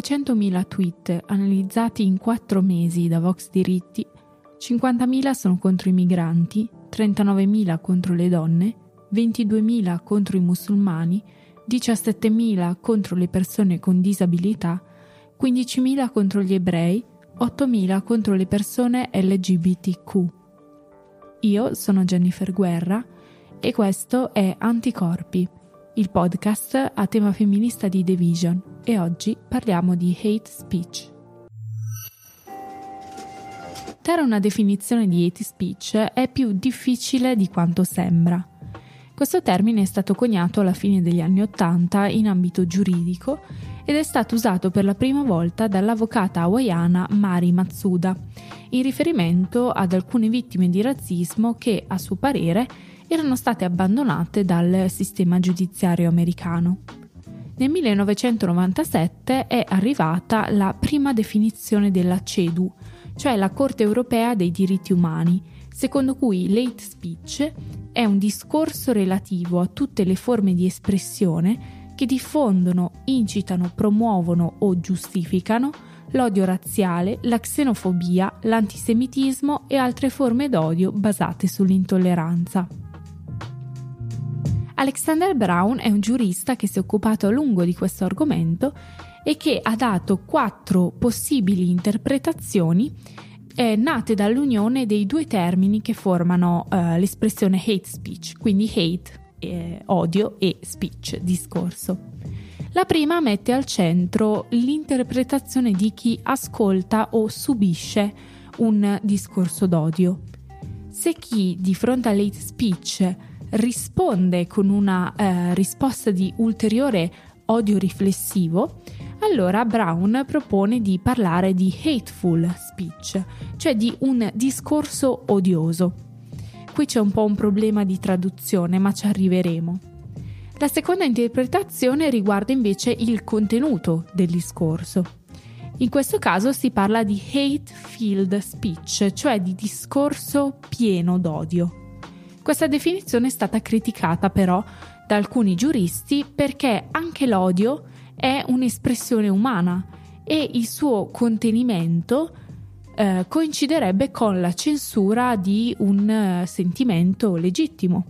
900.000 tweet analizzati in 4 mesi da Vox Diritti, 50.000 sono contro i migranti, 39.000 contro le donne, 22.000 contro i musulmani, 17.000 contro le persone con disabilità, 15.000 contro gli ebrei, 8.000 contro le persone LGBTQ. Io sono Jennifer Guerra e questo è Anticorpi, il podcast a tema femminista di The Vision, e oggi parliamo di hate speech. Dare una definizione di hate speech è più difficile di quanto sembra. Questo termine è stato coniato alla fine degli anni '80 in ambito giuridico ed è stato usato per la prima volta dall'avvocata hawaiana Mari Matsuda, in riferimento ad alcune vittime di razzismo che, a suo parere, erano state abbandonate dal sistema giudiziario americano. Nel 1997 è arrivata la prima definizione della CEDU, cioè la Corte Europea dei Diritti Umani, secondo cui l'hate speech è un discorso relativo a tutte le forme di espressione che diffondono, incitano, promuovono o giustificano l'odio razziale, la xenofobia, l'antisemitismo e altre forme d'odio basate sull'intolleranza. Alexander Braun è un giurista che si è occupato a lungo di questo argomento e che ha dato 4 possibili interpretazioni nate dall'unione dei 2 termini che formano l'espressione hate speech, quindi hate, odio, e speech, discorso. La prima mette al centro l'interpretazione di chi ascolta o subisce un discorso d'odio. Se chi di fronte all'hate speech risponde con una risposta di ulteriore odio riflessivo, allora Braun propone di parlare di hateful speech, cioè di un discorso odioso. Qui c'è un po' un problema di traduzione, ma ci arriveremo. La seconda interpretazione riguarda invece il contenuto del discorso. In questo caso si parla di hate-filled speech, cioè di discorso pieno d'odio. Questa definizione è stata criticata però da alcuni giuristi perché anche l'odio è un'espressione umana e il suo contenimento coinciderebbe con la censura di un sentimento legittimo.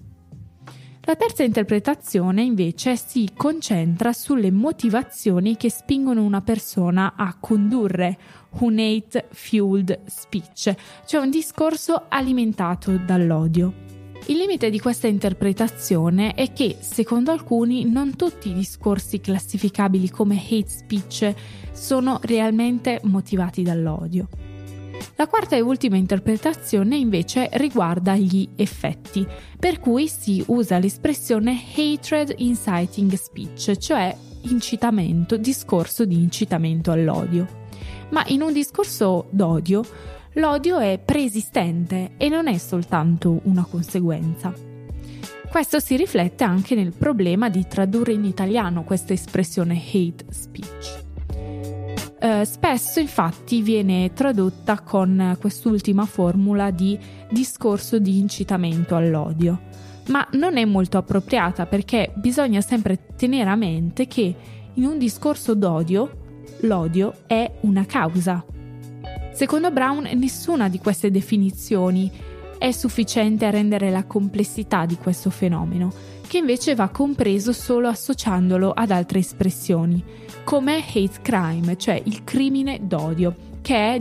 La terza interpretazione invece si concentra sulle motivazioni che spingono una persona a condurre un hate-fueled speech, cioè un discorso alimentato dall'odio. Il limite di questa interpretazione è che, secondo alcuni, non tutti i discorsi classificabili come hate speech sono realmente motivati dall'odio. La quarta e ultima interpretazione invece riguarda gli effetti, per cui si usa l'espressione hatred inciting speech, cioè incitamento, discorso di incitamento all'odio. Ma in un discorso d'odio, l'odio è preesistente e non è soltanto una conseguenza. Questo si riflette anche nel problema di tradurre in italiano questa espressione hate speech. Spesso infatti viene tradotta con quest'ultima formula di discorso di incitamento all'odio, ma non è molto appropriata perché bisogna sempre tenere a mente che in un discorso d'odio l'odio è una causa. Secondo Braun nessuna di queste definizioni è sufficiente a rendere la complessità di questo fenomeno, che invece va compreso solo associandolo ad altre espressioni, come hate crime, cioè il crimine d'odio, che è,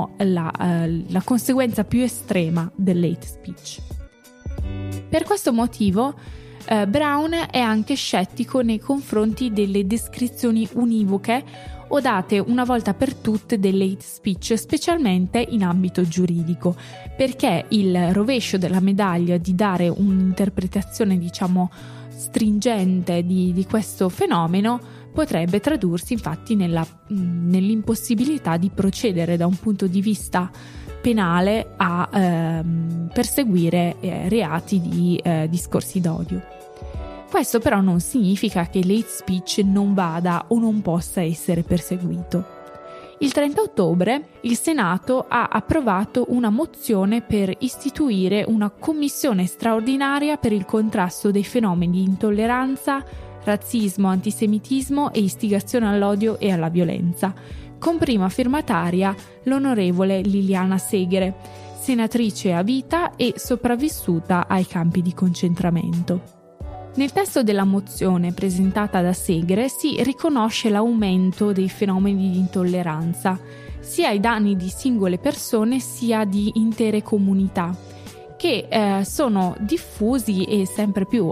la conseguenza più estrema dell'hate speech. Per questo motivo, Braun è anche scettico nei confronti delle descrizioni univoche o date una volta per tutte dell'hate speech, specialmente in ambito giuridico, perché il rovescio della medaglia di dare un'interpretazione, stringente di questo fenomeno potrebbe tradursi infatti nell'impossibilità di procedere da un punto di vista penale a perseguire reati di discorsi d'odio. Questo però non significa che l'hate speech non vada o non possa essere perseguito. Il 30 ottobre il Senato ha approvato una mozione per istituire una commissione straordinaria per il contrasto dei fenomeni di intolleranza, razzismo, antisemitismo e istigazione all'odio e alla violenza, con prima firmataria l'onorevole Liliana Segre, senatrice a vita e sopravvissuta ai campi di concentramento. Nel testo della mozione presentata da Segre si riconosce l'aumento dei fenomeni di intolleranza, sia ai danni di singole persone sia di intere comunità, che sono diffusi e sempre più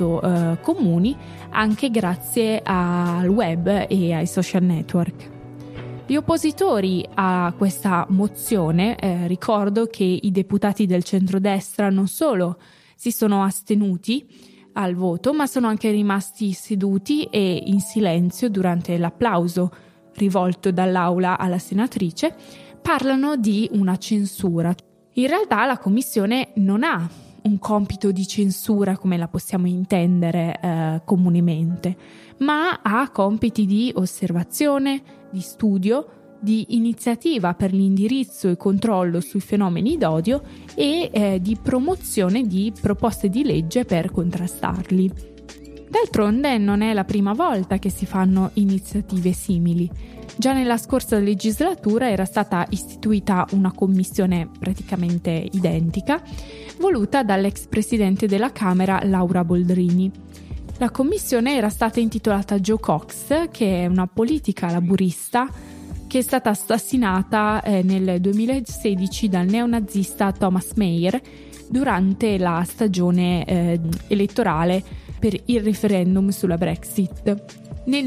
comuni anche grazie al web e ai social network. Gli oppositori a questa mozione, ricordo che i deputati del centrodestra non solo si sono astenuti al voto, ma sono anche rimasti seduti e in silenzio durante l'applauso rivolto dall'aula alla senatrice, parlano di una censura. In realtà la Commissione non ha un compito di censura come la possiamo intendere comunemente, ma ha compiti di osservazione, di studio, di iniziativa per l'indirizzo e controllo sui fenomeni d'odio e di promozione di proposte di legge per contrastarli. D'altronde non è la prima volta che si fanno iniziative simili. Già nella scorsa legislatura era stata istituita una commissione praticamente identica, voluta dall'ex presidente della Camera Laura Boldrini. La commissione era stata intitolata Jo Cox, che è una politica laburista che è stata assassinata nel 2016 dal neonazista Thomas Meyer durante la stagione elettorale per il referendum sulla Brexit. Nel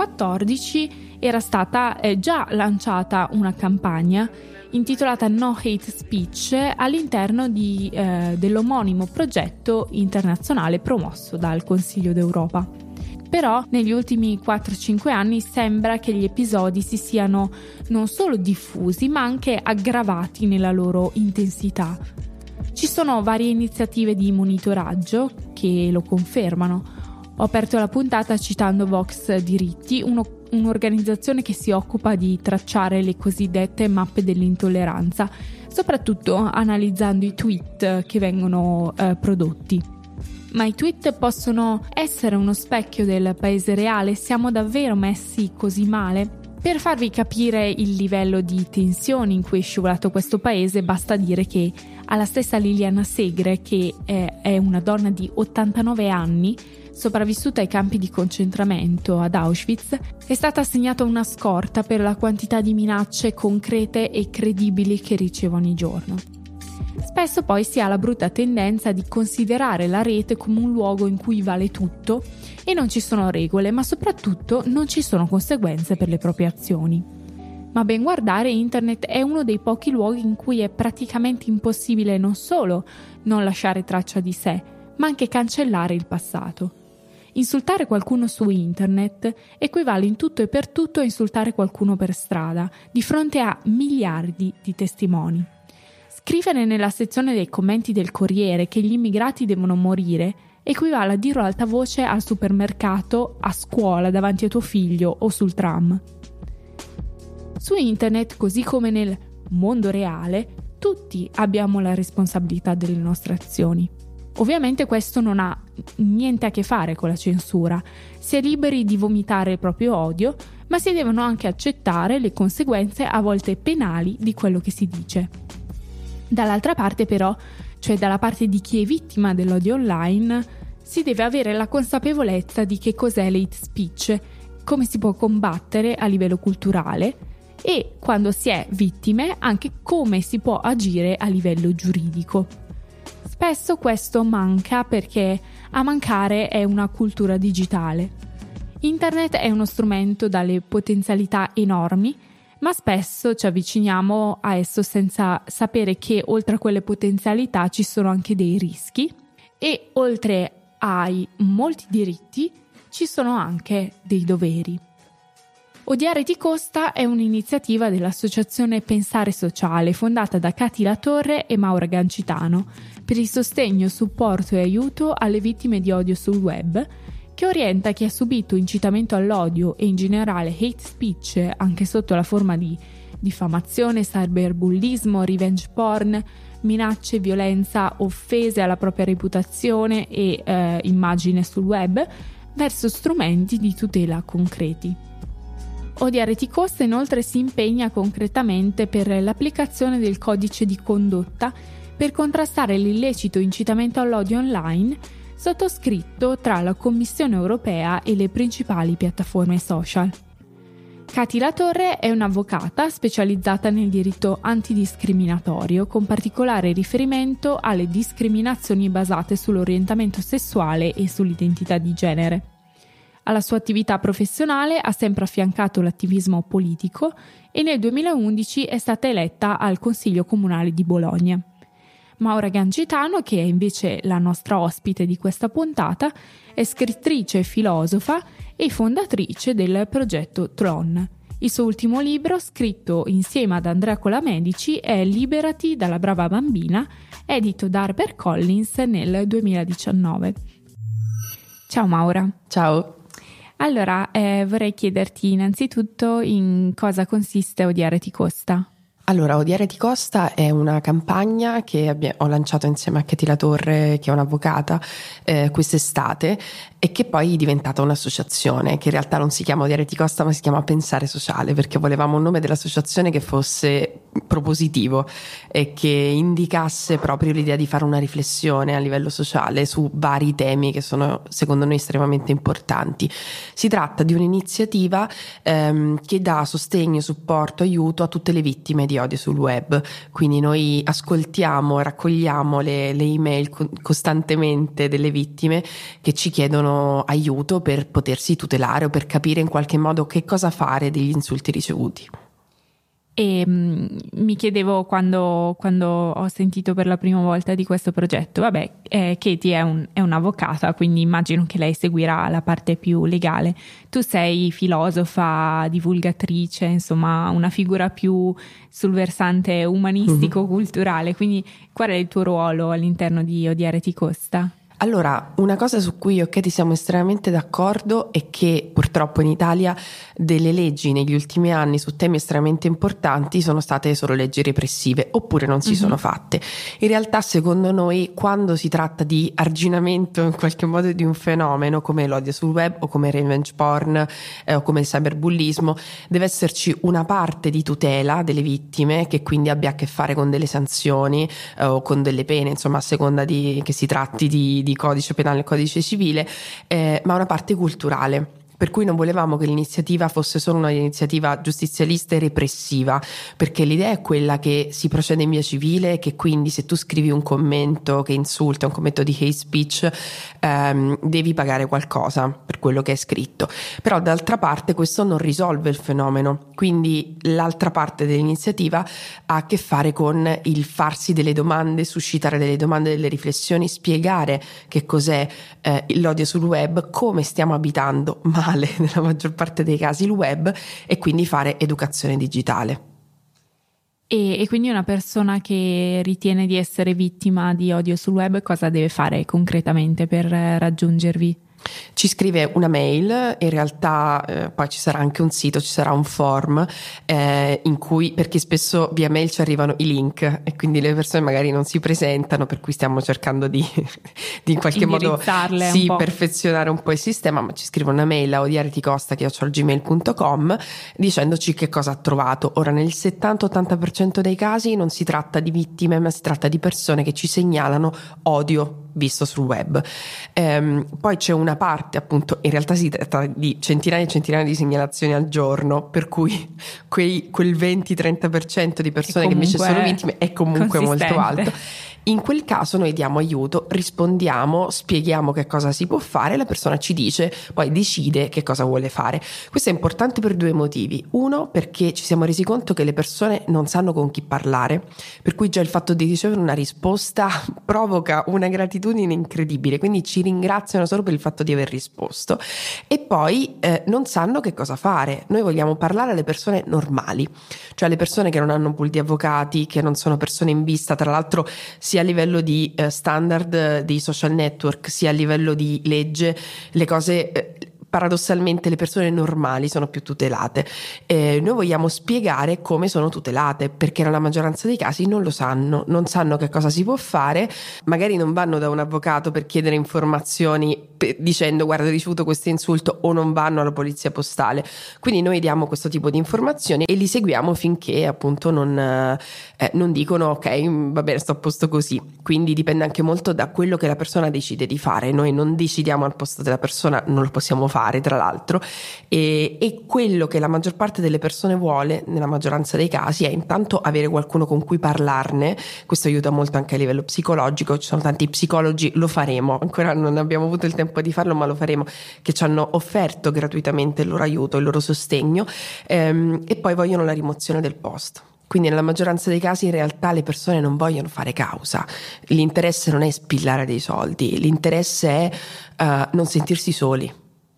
2014 era stata già lanciata una campagna intitolata No Hate Speech all'interno dell'omonimo progetto internazionale promosso dal Consiglio d'Europa. Però negli ultimi 4-5 anni sembra che gli episodi si siano non solo diffusi ma anche aggravati nella loro intensità. Ci sono varie iniziative di monitoraggio che lo confermano. Ho aperto la puntata citando Vox Diritti, un'organizzazione che si occupa di tracciare le cosiddette mappe dell'intolleranza, soprattutto analizzando i tweet che vengono prodotti. Ma i tweet possono essere uno specchio del paese reale? Siamo davvero messi così male? Per farvi capire il livello di tensione in cui è scivolato questo paese, basta dire che alla stessa Liliana Segre, che è una donna di 89 anni, sopravvissuta ai campi di concentramento ad Auschwitz, è stata assegnata una scorta per la quantità di minacce concrete e credibili che riceve ogni giorno. Spesso poi si ha la brutta tendenza di considerare la rete come un luogo in cui vale tutto e non ci sono regole, ma soprattutto non ci sono conseguenze per le proprie azioni. Ma a ben guardare, internet è uno dei pochi luoghi in cui è praticamente impossibile non solo non lasciare traccia di sé, ma anche cancellare il passato. Insultare qualcuno su internet equivale in tutto e per tutto a insultare qualcuno per strada, di fronte a miliardi di testimoni. Scrivere nella sezione dei commenti del Corriere che gli immigrati devono morire equivale a dirlo ad alta voce al supermercato, a scuola, davanti a tuo figlio o sul tram. Su internet, così come nel mondo reale, tutti abbiamo la responsabilità delle nostre azioni. Ovviamente questo non ha niente a che fare con la censura. Si è liberi di vomitare il proprio odio, ma si devono anche accettare le conseguenze a volte penali di quello che si dice. Dall'altra parte però, cioè dalla parte di chi è vittima dell'odio online, si deve avere la consapevolezza di che cos'è l'hate speech, come si può combattere a livello culturale e, quando si è vittime, anche come si può agire a livello giuridico. Spesso questo manca perché a mancare è una cultura digitale. Internet è uno strumento dalle potenzialità enormi, ma spesso ci avviciniamo a esso senza sapere che oltre a quelle potenzialità ci sono anche dei rischi e oltre ai molti diritti ci sono anche dei doveri. Odiare ti costa è un'iniziativa dell'associazione Pensare Sociale fondata da Cati Latorre e Maura Gancitano per il sostegno, supporto e aiuto alle vittime di odio sul web, che orienta chi ha subito incitamento all'odio e in generale hate speech anche sotto la forma di diffamazione, cyberbullismo, revenge porn, minacce, violenza, offese alla propria reputazione e immagine sul web, verso strumenti di tutela concreti. Odiare ti costa inoltre si impegna concretamente per l'applicazione del codice di condotta per contrastare l'illecito incitamento all'odio online sottoscritto tra la Commissione europea e le principali piattaforme social. Katy Latorre è un'avvocata specializzata nel diritto antidiscriminatorio, con particolare riferimento alle discriminazioni basate sull'orientamento sessuale e sull'identità di genere. Alla sua attività professionale ha sempre affiancato l'attivismo politico e nel 2011 è stata eletta al Consiglio Comunale di Bologna. Maura Gangitano, che è invece la nostra ospite di questa puntata, è scrittrice e filosofa e fondatrice del progetto Tron. Il suo ultimo libro, scritto insieme ad Andrea Colamedici, è Liberati dalla brava bambina, edito da HarperCollins nel 2019. Ciao Maura. Ciao. Allora, vorrei chiederti innanzitutto in cosa consiste Odiare ti costa. Allora, Odiare ti costa è una campagna che ho lanciato insieme a Katy Latorre, che è un'avvocata, quest'estate, e che poi è diventata un'associazione che in realtà non si chiama Odiare ti costa ma si chiama Pensare Sociale, perché volevamo un nome dell'associazione che fosse propositivo e che indicasse proprio l'idea di fare una riflessione a livello sociale su vari temi che sono secondo noi estremamente importanti. Si tratta di un'iniziativa che dà sostegno, supporto, aiuto a tutte le vittime di odio sul web, quindi noi ascoltiamo e raccogliamo le email costantemente delle vittime che ci chiedono aiuto per potersi tutelare o per capire in qualche modo che cosa fare degli insulti ricevuti. E mi chiedevo quando ho sentito per la prima volta di questo progetto, Katy è un'avvocata, quindi immagino che lei seguirà la parte più legale. Tu sei filosofa, divulgatrice, insomma una figura più sul versante umanistico-culturale, quindi qual è il tuo ruolo all'interno di Odiare ti costa? Allora, una cosa su cui io e Katy siamo estremamente d'accordo è che purtroppo in Italia delle leggi negli ultimi anni su temi estremamente importanti sono state solo leggi repressive oppure non si sono fatte. In realtà, secondo noi, quando si tratta di arginamento in qualche modo di un fenomeno come l'odio sul web o come il revenge porn o come il cyberbullismo, deve esserci una parte di tutela delle vittime che quindi abbia a che fare con delle sanzioni o con delle pene, insomma a seconda che si tratti di codice penale e codice civile, ma una parte culturale. Per cui non volevamo che l'iniziativa fosse solo un'iniziativa giustizialista e repressiva, perché l'idea è quella che si procede in via civile, che quindi se tu scrivi un commento che insulta, un commento di hate speech, devi pagare qualcosa per quello che è scritto. Però d'altra parte questo non risolve il fenomeno, quindi l'altra parte dell'iniziativa ha a che fare con il farsi delle domande, suscitare delle domande, delle riflessioni, spiegare che cos'è l'odio sul web, come stiamo abitando male nella maggior parte dei casi il web e quindi fare educazione digitale. E quindi una persona che ritiene di essere vittima di odio sul web cosa deve fare concretamente per raggiungervi? Ci scrive una mail, in realtà poi ci sarà anche un sito, ci sarà un form in cui, perché spesso via mail ci arrivano i link e quindi le persone magari non si presentano, per cui stiamo cercando di in qualche modo perfezionare un po' il sistema, ma ci scrive una mail a odiareticosta@gmail.com dicendoci che cosa ha trovato. Ora nel 70-80% dei casi non si tratta di vittime, ma si tratta di persone che ci segnalano odio visto sul web. Poi c'è una parte, appunto, in realtà si tratta di centinaia e centinaia di segnalazioni al giorno, per cui quel 20-30% di persone che invece sono vittime è comunque molto alto. In quel caso noi diamo aiuto, rispondiamo, spieghiamo che cosa si può fare, la persona ci dice, poi decide che cosa vuole fare. Questo è importante per due motivi. Uno, perché ci siamo resi conto che le persone non sanno con chi parlare, per cui già il fatto di ricevere una risposta provoca una gratitudine incredibile, quindi ci ringraziano solo per il fatto di aver risposto. E poi non sanno che cosa fare. Noi vogliamo parlare alle persone normali, cioè alle persone che non hanno pool di avvocati, che non sono persone in vista, tra l'altro sia a livello di standard di social network, sia a livello di legge, le cose paradossalmente le persone normali sono più tutelate. Noi vogliamo spiegare come sono tutelate, perché nella maggioranza dei casi non lo sanno, non sanno che cosa si può fare, magari non vanno da un avvocato per chiedere informazioni dicendo guarda, ho ricevuto questo insulto, o non vanno alla polizia postale. Quindi noi diamo questo tipo di informazioni e li seguiamo finché appunto non dicono ok, va bene, sto a posto così. Quindi dipende anche molto da quello che la persona decide di fare. Noi non decidiamo al posto della persona, non lo possiamo fare tra l'altro, e quello che la maggior parte delle persone vuole nella maggioranza dei casi è intanto avere qualcuno con cui parlarne. Questo aiuta molto anche a livello psicologico, ci sono tanti psicologi, lo faremo, ancora non abbiamo avuto il tempo di farlo ma lo faremo, che ci hanno offerto gratuitamente il loro aiuto, il loro sostegno, e poi vogliono la rimozione del post. Quindi nella maggioranza dei casi in realtà le persone non vogliono fare causa, l'interesse non è spillare dei soldi, l'interesse è non sentirsi soli.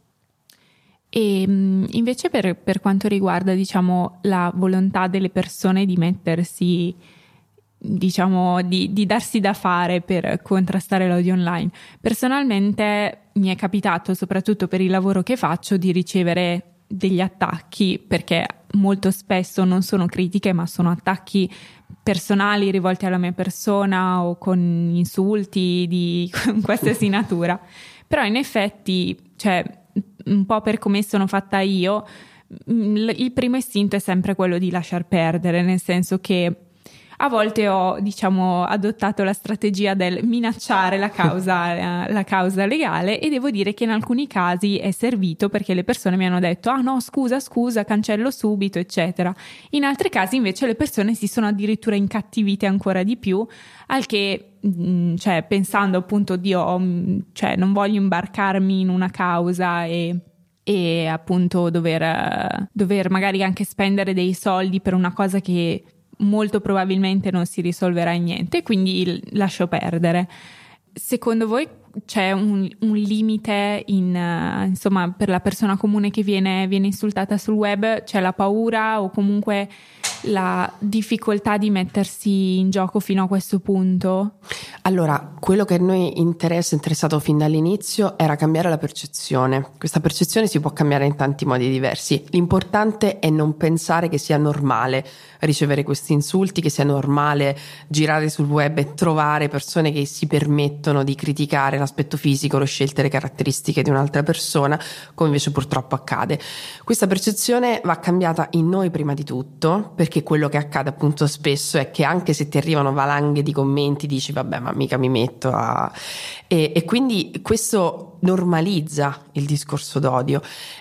E invece per quanto riguarda, diciamo, la volontà delle persone di mettersi, diciamo, di darsi da fare per contrastare l'odio online, personalmente mi è capitato, soprattutto per il lavoro che faccio, di ricevere degli attacchi, perché molto spesso non sono critiche ma sono attacchi personali rivolti alla mia persona o con insulti di qualsiasi natura. Però in effetti, cioè, un po' per come sono fatta io, il primo istinto è sempre quello di lasciar perdere, nel senso che a volte ho, diciamo, adottato la strategia del minacciare la causa legale, e devo dire che in alcuni casi è servito, perché le persone mi hanno detto ah no, scusa, cancello subito, eccetera. In altri casi invece le persone si sono addirittura incattivite ancora di più, al che cioè, pensando appunto cioè non voglio imbarcarmi in una causa e appunto dover magari anche spendere dei soldi per una cosa che molto probabilmente non si risolverà in niente, quindi lascio perdere. Secondo voi c'è un limite insomma, per la persona comune che viene insultata sul web? C'è la paura o comunque la difficoltà di mettersi in gioco fino a questo punto? Allora, quello che a noi è interessato fin dall'inizio era cambiare la percezione. Questa percezione si può cambiare in tanti modi diversi. L'importante è non pensare che sia normale ricevere questi insulti, che sia normale girare sul web e trovare persone che si permettono di criticare l'aspetto fisico, le scelte, le caratteristiche di un'altra persona, come invece purtroppo accade. Questa percezione va cambiata in noi prima di tutto, perché quello che accade appunto spesso è che anche se ti arrivano valanghe di commenti dici vabbè, ma mica mi metto a... E quindi questo normalizza il discorso d'odio.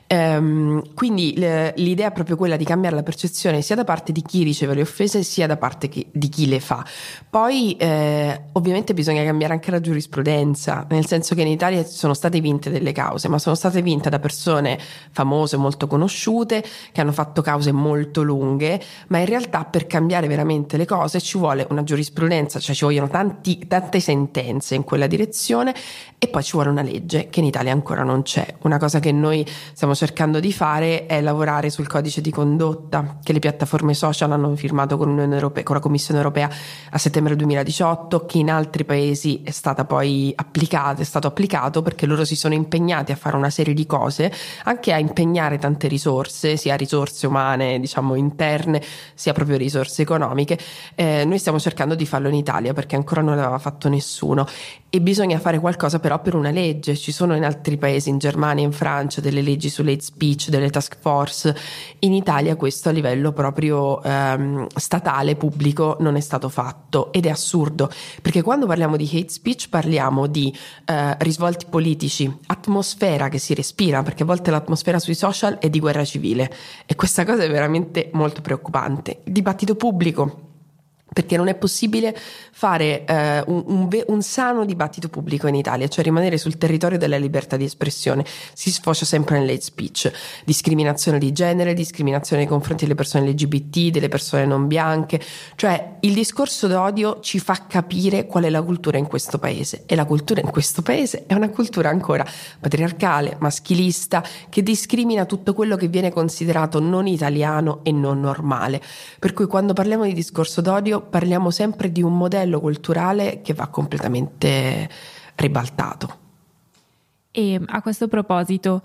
Quindi l'idea è proprio quella di cambiare la percezione sia da parte di chi riceve le offese sia da parte di chi le fa. Poi ovviamente bisogna cambiare anche la giurisprudenza, nel senso che in Italia sono state vinte delle cause, ma sono state vinte da persone famose, molto conosciute, che hanno fatto cause molto lunghe, ma in realtà per cambiare veramente le cose ci vuole una giurisprudenza, cioè ci vogliono tante sentenze in quella direzione, e poi ci vuole una legge che in Italia ancora non c'è. Una cosa che noi stiamo cercando di fare è lavorare sul codice di condotta che le piattaforme social hanno firmato con l'Unione Europea, con la Commissione Europea a settembre 2018, che in altri paesi è stato applicato perché loro si sono impegnati a fare una serie di cose, anche a impegnare tante risorse, sia risorse umane, diciamo interne, sia proprio risorse economiche. Noi stiamo cercando di farlo in Italia perché ancora non l'aveva fatto nessuno, e bisogna fare qualcosa però per una legge. Ci sono in altri paesi, in Germania, in Francia, delle leggi sull'hate speech, delle task force. In Italia questo a livello proprio statale, pubblico, non è stato fatto, ed è assurdo, perché quando parliamo di hate speech parliamo di risvolti politici, atmosfera che si respira, perché a volte l'atmosfera sui social è di guerra civile, e questa cosa è veramente molto preoccupante. Il dibattito pubblico, perché non è possibile fare un sano dibattito pubblico in Italia, cioè rimanere sul territorio della libertà di espressione. Si sfocia sempre nell'hate speech, discriminazione di genere, discriminazione nei confronti delle persone LGBT, delle persone non bianche. Cioè il discorso d'odio ci fa capire qual è la cultura in questo paese, e la cultura in questo paese è una cultura ancora patriarcale, maschilista, che discrimina tutto quello che viene considerato non italiano e non normale. Per cui quando parliamo di discorso d'odio parliamo sempre di un modello culturale che va completamente ribaltato. E a questo proposito,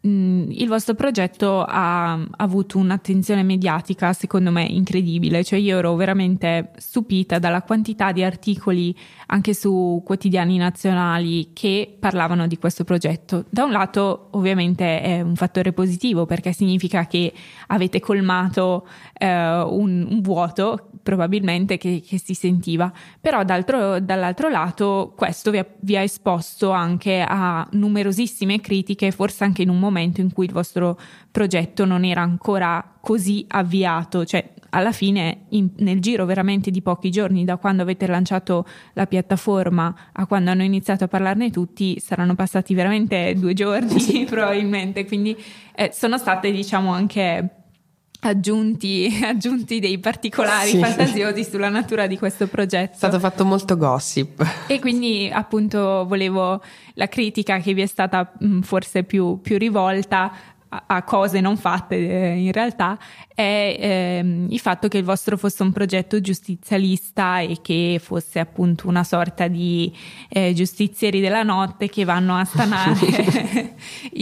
il vostro progetto ha avuto un'attenzione mediatica secondo me incredibile, cioè io ero veramente stupita dalla quantità di articoli anche su quotidiani nazionali che parlavano di questo progetto. Da un lato ovviamente è un fattore positivo perché significa che avete colmato un vuoto probabilmente che si sentiva, però dall'altro lato questo vi ha esposto anche a numerosissime critiche, forse anche in un momento in cui il vostro progetto non era ancora così avviato, cioè alla fine nel giro veramente di pochi giorni da quando avete lanciato la piattaforma a quando hanno iniziato a parlarne tutti saranno passati veramente 2 giorni probabilmente, quindi sono state diciamo anche aggiunti dei particolari fantasiosi sulla natura di questo progetto. È stato fatto molto gossip. E quindi appunto la critica che vi è stata forse più rivolta a cose non fatte in realtà è il fatto che il vostro fosse un progetto giustizialista e che fosse appunto una sorta di giustizieri della notte che vanno a stanare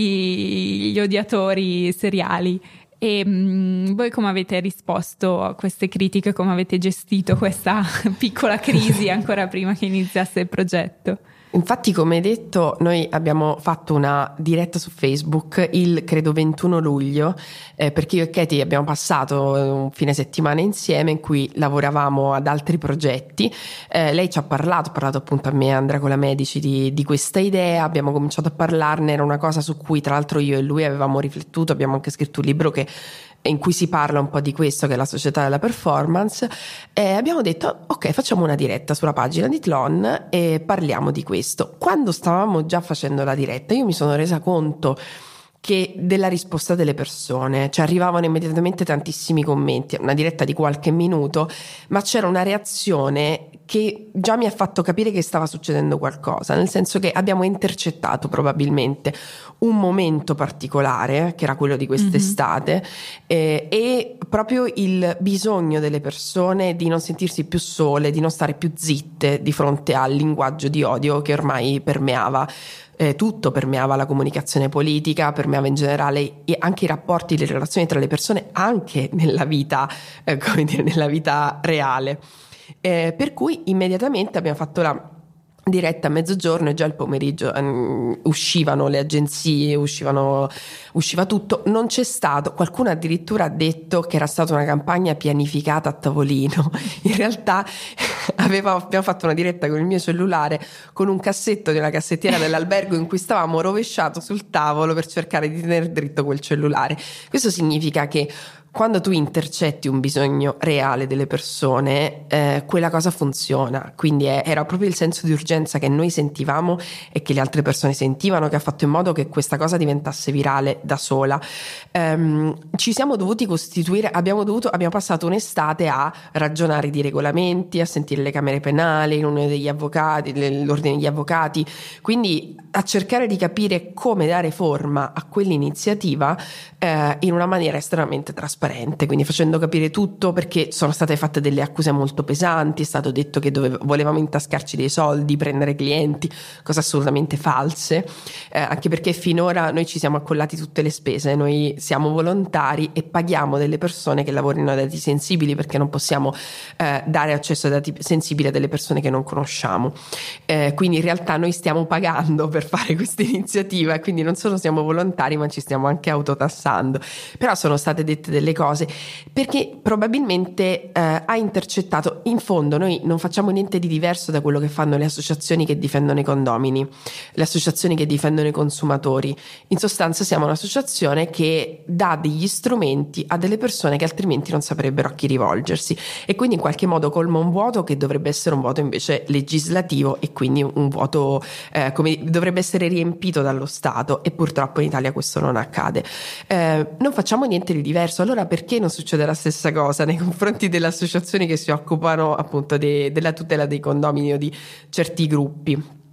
gli odiatori seriali. E voi come avete risposto a queste critiche? Come avete gestito questa piccola crisi ancora prima che iniziasse il progetto? Infatti, come hai detto, noi abbiamo fatto una diretta su Facebook credo 21 luglio, perché io e Katie abbiamo passato un fine settimana insieme in cui lavoravamo ad altri progetti. Lei ci ha parlato appunto a me e Andrea Colamedici di questa idea, abbiamo cominciato a parlarne, era una cosa su cui tra l'altro io e lui avevamo riflettuto, abbiamo anche scritto un libro in cui si parla un po' di questo, che è la società della performance, e abbiamo detto ok, facciamo una diretta sulla pagina di Tlon e parliamo di questo. Quando stavamo già facendo la diretta io mi sono resa conto che della risposta delle persone, cioè arrivavano immediatamente tantissimi commenti, una diretta di qualche minuto, ma c'era una reazione che già mi ha fatto capire che stava succedendo qualcosa, nel senso che abbiamo intercettato probabilmente un momento particolare, che era quello di quest'estate, e proprio il bisogno delle persone di non sentirsi più sole, di non stare più zitte di fronte al linguaggio di odio che ormai permeava tutto, permeava la comunicazione politica, permeava in generale anche i rapporti, le relazioni tra le persone, anche nella vita, nella vita reale. Per cui immediatamente abbiamo fatto la diretta a mezzogiorno e già il pomeriggio uscivano le agenzie, usciva tutto. Non c'è stato, qualcuno addirittura ha detto che era stata una campagna pianificata a tavolino. In realtà abbiamo fatto una diretta con il mio cellulare con un cassetto di una cassettiera dell'albergo in cui stavamo rovesciato sul tavolo per cercare di tenere dritto quel cellulare. Questo significa che quando tu intercetti un bisogno reale delle persone, quella cosa funziona. Quindi era proprio il senso di urgenza che noi sentivamo e che le altre persone sentivano che ha fatto in modo che questa cosa diventasse virale da sola. Ci siamo dovuti costituire, abbiamo passato un'estate a ragionare di regolamenti, a sentire le camere penali, l'ordine degli avvocati, quindi a cercare di capire come dare forma a quell'iniziativa in una maniera estremamente trasparente, quindi facendo capire tutto, perché sono state fatte delle accuse molto pesanti, è stato detto che volevamo intascarci dei soldi, prendere clienti, cose assolutamente false, anche perché finora noi ci siamo accollati tutte le spese, noi siamo volontari e paghiamo delle persone che lavorino a dati sensibili, perché non possiamo dare accesso ai dati sensibili a delle persone che non conosciamo, quindi in realtà noi stiamo pagando per fare questa iniziativa, quindi non solo siamo volontari ma ci stiamo anche autotassando. Però sono state dette delle cose perché probabilmente ha intercettato. In fondo noi non facciamo niente di diverso da quello che fanno le associazioni che difendono i condomini, le associazioni che difendono i consumatori. In sostanza siamo un'associazione che dà degli strumenti a delle persone che altrimenti non saprebbero a chi rivolgersi, e quindi in qualche modo colma un vuoto che dovrebbe essere un vuoto invece legislativo, e quindi un vuoto come dovrebbe essere riempito dallo Stato, e purtroppo in Italia questo non accade. Non facciamo niente di diverso. Allora perché non succede la stessa cosa nei confronti delle associazioni che si occupano appunto della tutela dei condomini o di certi gruppi?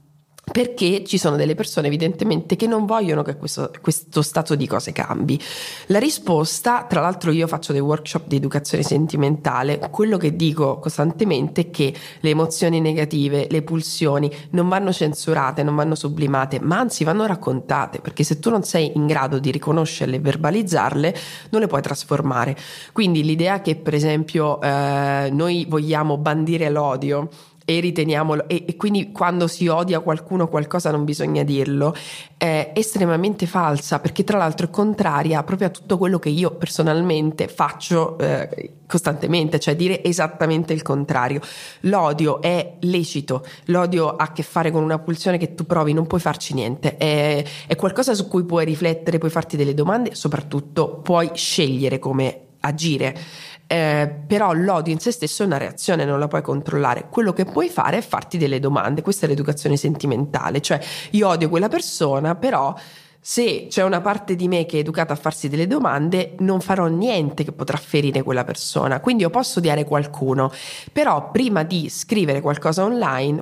perché ci sono delle persone evidentemente che non vogliono che questo stato di cose cambi. La risposta, tra l'altro io faccio dei workshop di educazione sentimentale, quello che dico costantemente è che le emozioni negative, le pulsioni non vanno censurate, non vanno sublimate, ma anzi vanno raccontate, perché se tu non sei in grado di riconoscerle e verbalizzarle non le puoi trasformare. Quindi l'idea che per esempio noi vogliamo bandire l'odio e riteniamolo, e quindi quando si odia qualcuno o qualcosa non bisogna dirlo, è estremamente falsa, perché tra l'altro è contraria proprio a tutto quello che io personalmente faccio costantemente, cioè dire esattamente il contrario. L'odio è lecito, l'odio ha a che fare con una pulsione che tu provi, non puoi farci niente, è qualcosa su cui puoi riflettere, puoi farti delle domande, soprattutto puoi scegliere come agire. Però l'odio in se stesso è una reazione, non la puoi controllare. Quello che puoi fare è farti delle domande. Questa è l'educazione sentimentale, cioè io odio quella persona, però se c'è una parte di me che è educata a farsi delle domande, non farò niente che potrà ferire quella persona. Quindi io posso odiare qualcuno, però prima di scrivere qualcosa online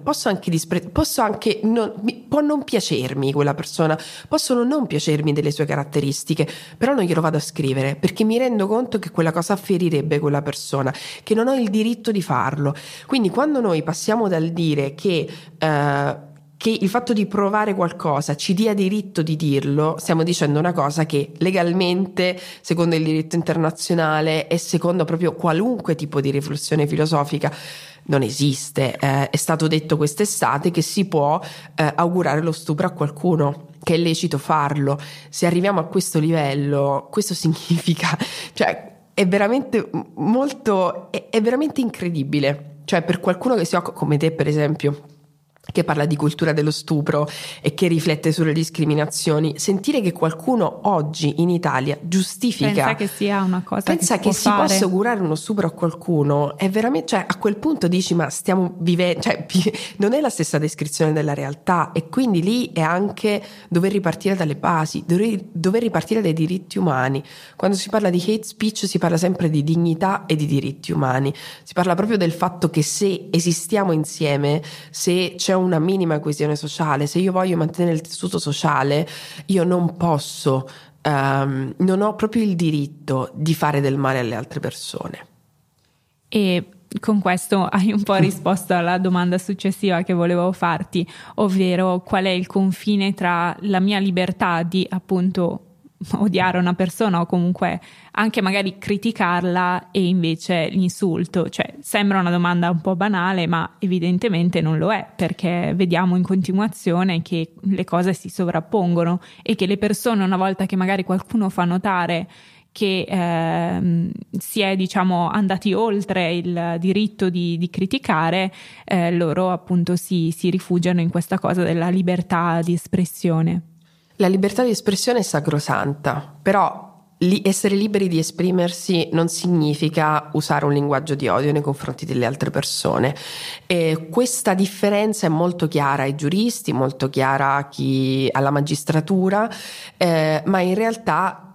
può non piacermi quella persona, possono non piacermi delle sue caratteristiche, però non glielo vado a scrivere, perché mi rendo conto che quella cosa ferirebbe quella persona, che non ho il diritto di farlo. Quindi quando noi passiamo dal dire che il fatto di provare qualcosa ci dia diritto di dirlo, stiamo dicendo una cosa che legalmente, secondo il diritto internazionale e secondo proprio qualunque tipo di riflessione filosofica, non esiste. È stato detto quest'estate che si può augurare lo stupro a qualcuno, che è lecito farlo. Se arriviamo a questo livello, questo significa, cioè è veramente è veramente incredibile. Cioè per qualcuno che si occupa, come te per esempio, che parla di cultura dello stupro e che riflette sulle discriminazioni, sentire che qualcuno oggi in Italia giustifica, pensa che sia una cosa pensa che si fare. possa augurare uno stupro a qualcuno, è veramente, cioè a quel punto dici ma stiamo vivendo, cioè non è la stessa descrizione della realtà, e quindi lì è anche dover ripartire dalle basi, dover ripartire dai diritti umani. Quando si parla di hate speech si parla sempre di dignità e di diritti umani, si parla proprio del fatto che se esistiamo insieme, se c'è una minima coesione sociale, se io voglio mantenere il tessuto sociale, io non posso, non ho proprio il diritto di fare del male alle altre persone. E con questo hai un po' risposto alla domanda successiva che volevo farti, ovvero qual è il confine tra la mia libertà di appunto odiare una persona o comunque anche magari criticarla e invece l'insulto. Cioè sembra una domanda un po' banale, ma evidentemente non lo è, perché vediamo in continuazione che le cose si sovrappongono e che le persone, una volta che magari qualcuno fa notare che si è diciamo andati oltre il diritto di criticare, loro appunto si rifugiano in questa cosa della libertà di espressione. La libertà di espressione è sacrosanta, però essere liberi di esprimersi non significa usare un linguaggio di odio nei confronti delle altre persone. E questa differenza è molto chiara ai giuristi, molto chiara alla magistratura, ma in realtà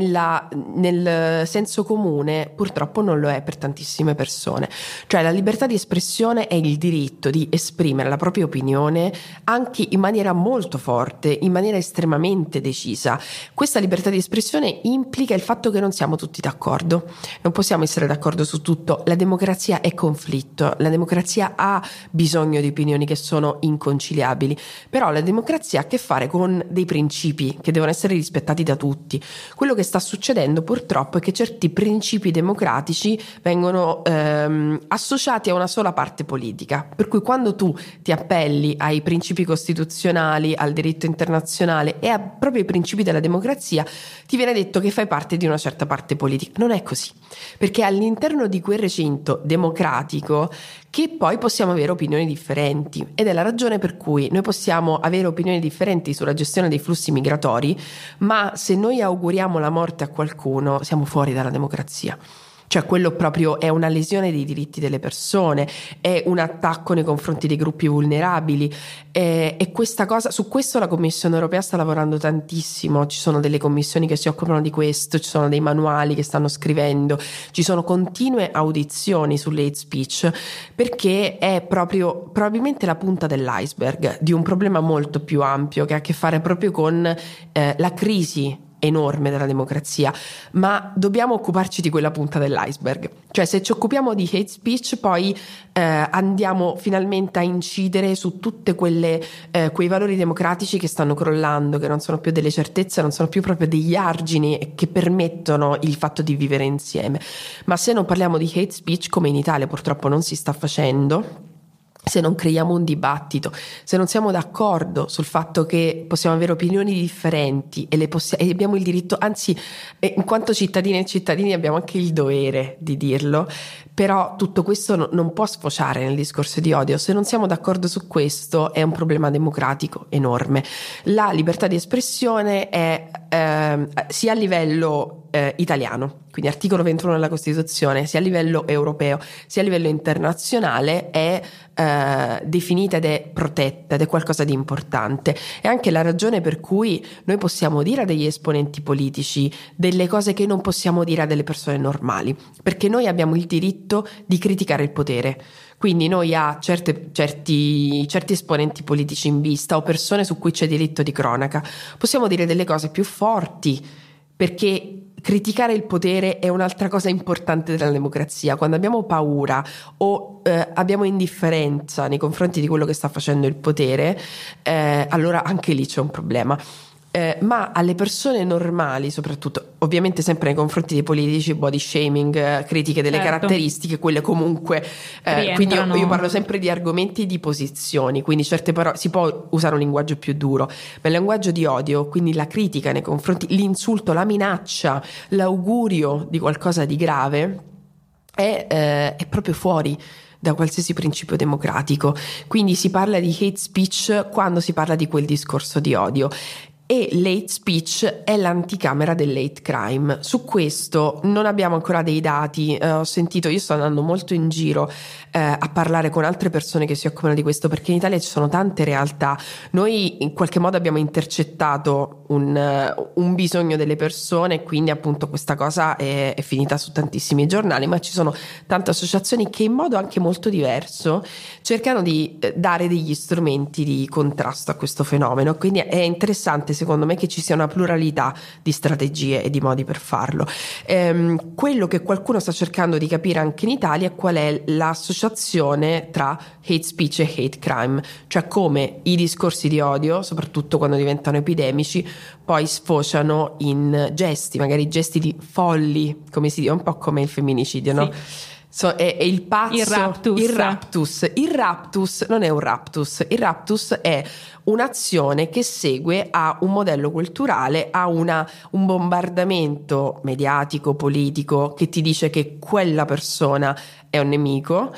nel senso comune purtroppo non lo è per tantissime persone. Cioè la libertà di espressione è il diritto di esprimere la propria opinione anche in maniera molto forte, in maniera estremamente decisa. Questa libertà di espressione implica il fatto che non siamo tutti d'accordo, non possiamo essere d'accordo su tutto. La democrazia è conflitto, la democrazia ha bisogno di opinioni che sono inconciliabili, però la democrazia ha a che fare con dei principi che devono essere rispettati da tutti. Quello che sta succedendo purtroppo è che certi principi democratici vengono associati a una sola parte politica, per cui quando tu ti appelli ai principi costituzionali, al diritto internazionale e proprio ai principi della democrazia, ti viene detto che fai parte di una certa parte politica. Non è così, perché all'interno di quel recinto democratico che poi possiamo avere opinioni differenti, ed è la ragione per cui noi possiamo avere opinioni differenti sulla gestione dei flussi migratori, ma se noi auguriamo la morte a qualcuno siamo fuori dalla democrazia. Cioè quello proprio è una lesione dei diritti delle persone, è un attacco nei confronti dei gruppi vulnerabili, e questa cosa, su questo la Commissione europea sta lavorando tantissimo. Ci sono delle commissioni che si occupano di questo, ci sono dei manuali che stanno scrivendo, ci sono continue audizioni sull'hate speech, perché è proprio probabilmente la punta dell'iceberg di un problema molto più ampio che ha a che fare proprio con la crisi enorme della democrazia, ma dobbiamo occuparci di quella punta dell'iceberg. Cioè, se ci occupiamo di hate speech, poi andiamo finalmente a incidere su tutte quei valori democratici che stanno crollando, che non sono più delle certezze, non sono più proprio degli argini che permettono il fatto di vivere insieme. Ma se non parliamo di hate speech, come in Italia purtroppo non si sta facendo, se non creiamo un dibattito, se non siamo d'accordo sul fatto che possiamo avere opinioni differenti e abbiamo il diritto, anzi, in quanto cittadine e cittadini abbiamo anche il dovere di dirlo, però tutto questo non può sfociare nel discorso di odio. Se non siamo d'accordo su questo è un problema democratico enorme. La libertà di espressione è sia a livello italiano, quindi articolo 21 della Costituzione, sia a livello europeo sia a livello internazionale è definita ed è protetta ed è qualcosa di importante. È anche la ragione per cui noi possiamo dire a degli esponenti politici delle cose che non possiamo dire a delle persone normali, perché noi abbiamo il diritto di criticare il potere. Quindi noi a certi esponenti politici in vista o persone su cui c'è diritto di cronaca possiamo dire delle cose più forti, perché criticare il potere è un'altra cosa importante della democrazia. Quando abbiamo paura o abbiamo indifferenza nei confronti di quello che sta facendo il potere, allora anche lì c'è un problema. Ma alle persone normali, soprattutto, ovviamente sempre nei confronti dei politici, body shaming, critiche delle caratteristiche, quelle comunque quindi io parlo sempre di argomenti e di posizioni, quindi certe parole si può usare un linguaggio più duro, ma il linguaggio di odio, quindi la critica nei confronti, l'insulto, la minaccia, l'augurio di qualcosa di grave è proprio fuori da qualsiasi principio democratico. Quindi si parla di hate speech quando si parla di quel discorso di odio. E l'hate speech è l'anticamera dell'hate crime. Su questo non abbiamo ancora dei dati. Io sto andando molto in giro a parlare con altre persone che si occupano di questo, perché in Italia ci sono tante realtà. Noi in qualche modo abbiamo intercettato un bisogno delle persone, e quindi appunto questa cosa è finita su tantissimi giornali, ma ci sono tante associazioni che in modo anche molto diverso cercano di dare degli strumenti di contrasto a questo fenomeno. Quindi è interessante secondo me che ci sia una pluralità di strategie e di modi per farlo. Quello che qualcuno sta cercando di capire anche in Italia è qual è l'associazione tra hate speech e hate crime, cioè come i discorsi di odio, soprattutto quando diventano epidemici, poi sfociano in gesti, magari gesti di folli, come si dice, un po' come il femminicidio, no? È il pazzo, il raptus non è un raptus, il raptus è un'azione che segue a un modello culturale, a un bombardamento mediatico, politico, che ti dice che quella persona è un nemico,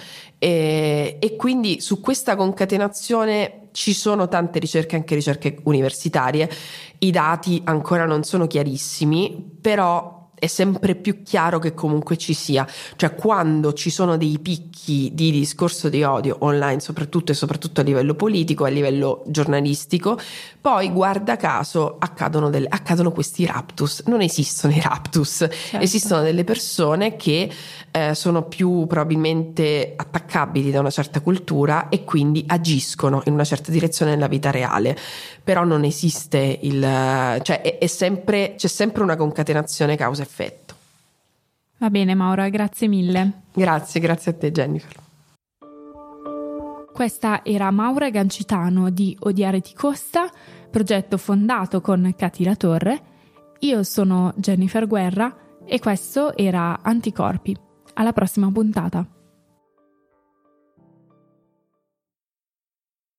e quindi su questa concatenazione ci sono tante ricerche, anche ricerche universitarie. I dati ancora non sono chiarissimi, però è sempre più chiaro che comunque ci sia, cioè quando ci sono dei picchi di discorso di odio online, soprattutto a livello politico, a livello giornalistico, poi guarda caso accadono questi raptus. Non esistono i raptus, certo. Esistono delle persone che sono più probabilmente attaccabili da una certa cultura e quindi agiscono in una certa direzione nella vita reale, però non esiste c'è sempre una concatenazione causa-effetto. Va bene Maura, grazie mille. Grazie a te Jennifer. Questa era Maura Gancitano di Odiare ti costa, progetto fondato con Cati La Torre. Io sono Jennifer Guerra e questo era Anticorpi. Alla prossima puntata.